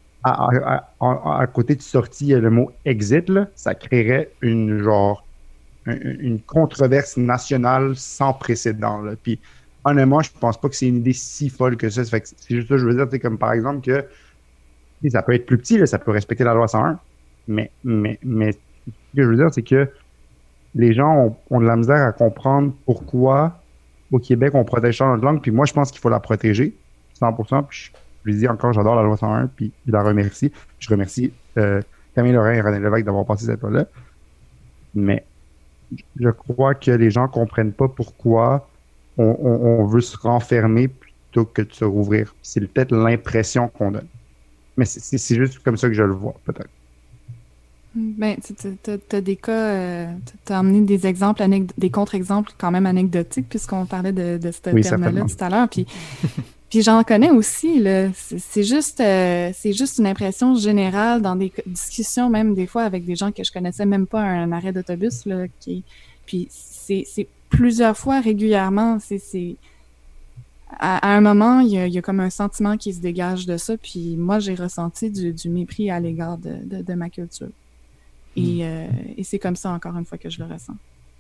à côté de sortie, il y a le mot exit, là, ça créerait une controverse nationale sans précédent. Là. Puis, honnêtement, je pense pas que c'est une idée si folle que ça. Fait que c'est juste ça, je veux dire, comme par exemple que ça peut être plus petit, là, ça peut respecter la loi 101, mais ce que je veux dire, c'est que les gens ont de la misère à comprendre pourquoi au Québec, on protège notre langue, puis moi, je pense qu'il faut la protéger, 100%, puis je lui dis encore, j'adore la loi 101, puis je la remercie. Je remercie Camille Lorrain et René Lévesque d'avoir passé cette loi-là. Mais je crois que les gens comprennent pas pourquoi on veut se renfermer plutôt que de se rouvrir. C'est peut-être l'impression qu'on donne. Mais c'est juste comme ça que je le vois, peut-être. Ben, t'as des cas, t'as amené des exemples, des contre-exemples quand même anecdotiques, puisqu'on parlait de ce terme-là tout à l'heure. Puis j'en connais aussi, là. C'est juste une impression générale dans des discussions, même des fois avec des gens que je connaissais même pas à un arrêt d'autobus, là, puis c'est plusieurs fois régulièrement, à un moment, il y a comme un sentiment qui se dégage de ça, puis moi, j'ai ressenti du mépris à l'égard de ma culture. Et c'est comme ça, encore une fois, que je le ressens.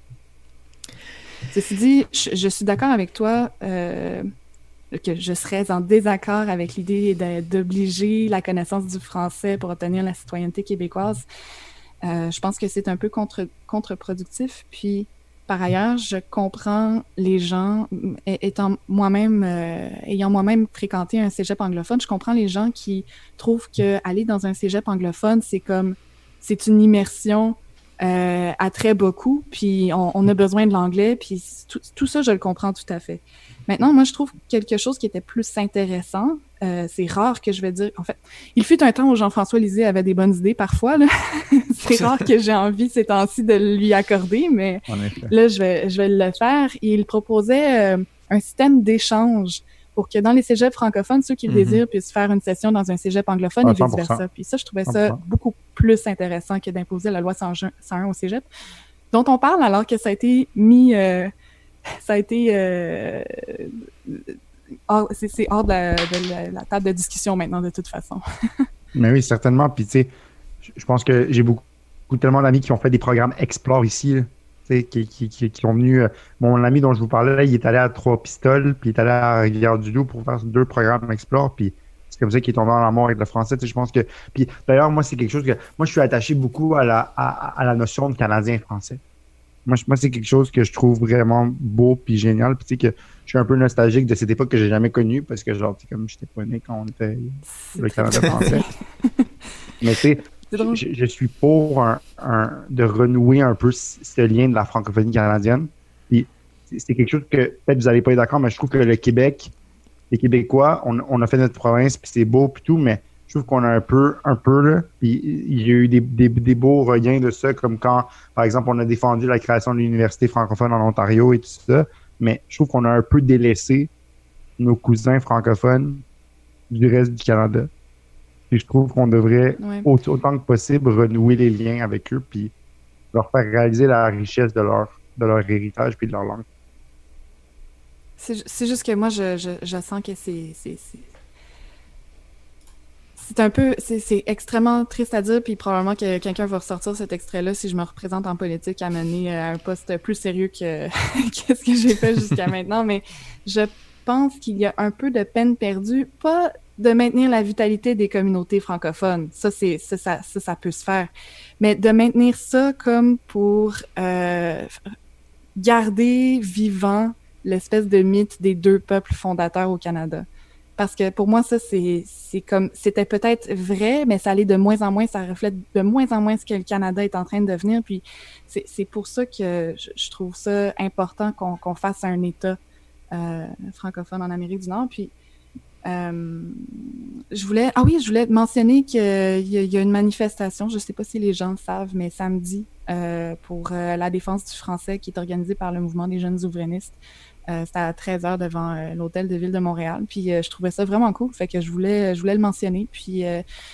Ceci dit, je suis d'accord avec toi que je serais en désaccord avec l'idée d'obliger la connaissance du français pour obtenir la citoyenneté québécoise. Je pense que c'est un peu contre-productif. Puis, par ailleurs, je comprends les gens, ayant moi-même fréquenté un cégep anglophone, je comprends les gens qui trouvent que aller dans un cégep anglophone, c'est une immersion à très bas coût, puis on a besoin de l'anglais, puis tout ça, je le comprends tout à fait. Maintenant, moi, je trouve quelque chose qui était plus intéressant. C'est rare que je vais dire... En fait, il fut un temps où Jean-François Lisée avait des bonnes idées parfois, là. C'est rare que j'ai envie ces temps-ci de lui accorder, mais là, je vais le faire. Il proposait un système d'échange pour que dans les cégeps francophones, ceux qui le désirent puissent faire une session dans un cégep anglophone et vice-versa. Puis ça, je trouvais ça 100%. Beaucoup plus intéressant que d'imposer la loi 101 au cégep, dont on parle alors que ça a été mis... c'est hors de la table de discussion maintenant, de toute façon. Mais oui, certainement. Puis, tu sais, je pense que j'ai tellement d'amis qui ont fait des programmes Explore ici, qui sont venus. Mon ami dont je vous parlais, là, il est allé à Trois-Pistoles, puis il est allé à Rivière-du-Loup pour faire 2 programmes Explore, puis c'est comme ça qu'il est tombé en amour avec le français. Je pense que. Puis, d'ailleurs, moi, c'est quelque chose que. Moi, je suis attaché beaucoup à la notion de Canadien-Français. Moi, c'est quelque chose que je trouve vraiment beau puis génial. Puis, tu sais, que je suis un peu nostalgique de cette époque que j'ai jamais connue parce que, genre, tu sais, comme j'étais pas né quand on était le Canada français. Mais, tu sais, je suis pour de renouer un peu ce lien de la francophonie canadienne. Puis, c'est quelque chose que, peut-être, vous n'allez pas être d'accord, mais je trouve que le Québec les Québécois, on a fait notre province, puis c'est beau, puis tout, mais je trouve qu'on a un peu là, puis il y a eu des beaux regains de ça, comme quand, par exemple, on a défendu la création de l'université francophone en Ontario et tout ça, mais je trouve qu'on a un peu délaissé nos cousins francophones du reste du Canada. Puis je trouve qu'on devrait, autant que possible, renouer les liens avec eux, puis leur faire réaliser la richesse de leur héritage puis de leur langue. C'est juste que moi, je sens que c'est un peu, c'est extrêmement triste à dire, puis probablement que quelqu'un va ressortir cet extrait-là si je me représente en politique à mener à un poste plus sérieux que ce que j'ai fait jusqu'à maintenant, mais je pense qu'il y a un peu de peine perdue, pas de maintenir la vitalité des communautés francophones, ça peut se faire, mais de maintenir ça comme pour garder vivant l'espèce de mythe des deux peuples fondateurs au Canada. Parce que pour moi, ça, c'est comme, c'était peut-être vrai, mais ça allait de moins en moins, ça reflète de moins en moins ce que le Canada est en train de devenir. Puis c'est pour ça que je trouve ça important qu'on fasse un État francophone en Amérique du Nord. Puis je voulais mentionner qu'il y a une manifestation, je sais pas si les gens le savent, mais samedi, pour la défense du français qui est organisée par le Mouvement des jeunes souverainistes. C'était à 13h devant l'hôtel de Ville de Montréal. Puis je trouvais ça vraiment cool, fait que je voulais le mentionner. Puis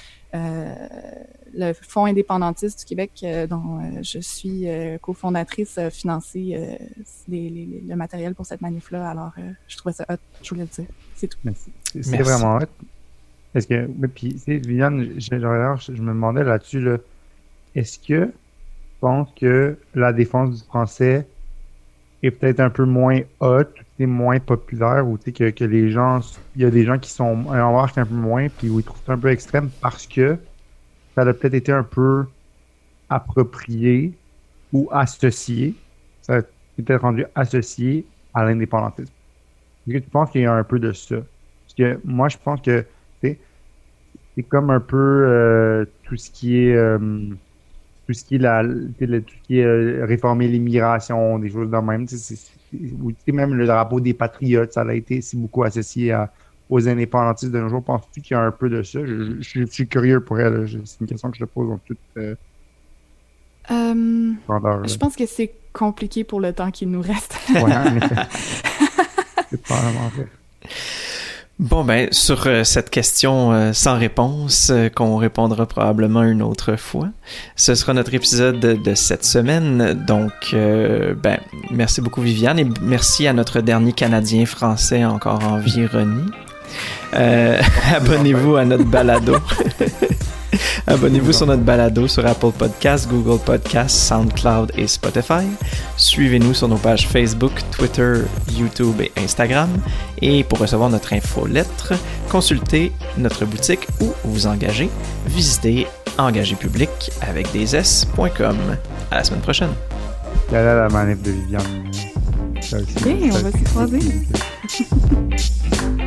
le Fonds indépendantiste du Québec, dont je suis cofondatrice, a financé le matériel pour cette manif-là. Alors, je trouvais ça hot, je voulais le dire. C'est tout. C'est vraiment hot. Est-ce que, puis, tu sais, Viviane, je me demandais là-dessus, là, est-ce que tu penses que la défense du français est peut-être un peu moins hot, moins populaire, ou tu sais que les gens, il y a des gens qui sont embarquent un peu moins, puis où ils trouvent ça un peu extrême parce que ça a peut-être été un peu approprié ou associé, ça a peut-être rendu associé à l'indépendantisme. Est-ce que tu penses qu'il y a un peu de ça? Parce que moi, je pense que c'est comme un peu tout ce qui est réformer l'immigration, des choses de même. Même le drapeau des patriotes, ça a été beaucoup associé aux indépendantistes de nos jours. Penses-tu qu'il y a un peu de ça? Je suis curieux pour elle. C'est une question que je te pose en toute grandeur. Je pense que c'est compliqué pour le temps qu'il nous reste. Ouais, en effet. C'est probablement vrai. Bon, ben, sur cette question sans réponse, qu'on répondra probablement une autre fois, ce sera notre épisode de cette semaine. Donc, ben, merci beaucoup Viviane et merci à notre dernier Canadien français encore en vie, Ronnie. Abonnez-vous à notre balado. Abonnez-vous sur notre balado sur Apple Podcasts, Google Podcasts, SoundCloud et Spotify. Suivez-nous sur nos pages Facebook, Twitter, YouTube et Instagram. Et pour recevoir notre infolettre, consultez notre boutique ou vous engager. Visitez engagerpublic.com. À la semaine prochaine. Il y a la manip de Viviane. Oui, on va s'y croiser.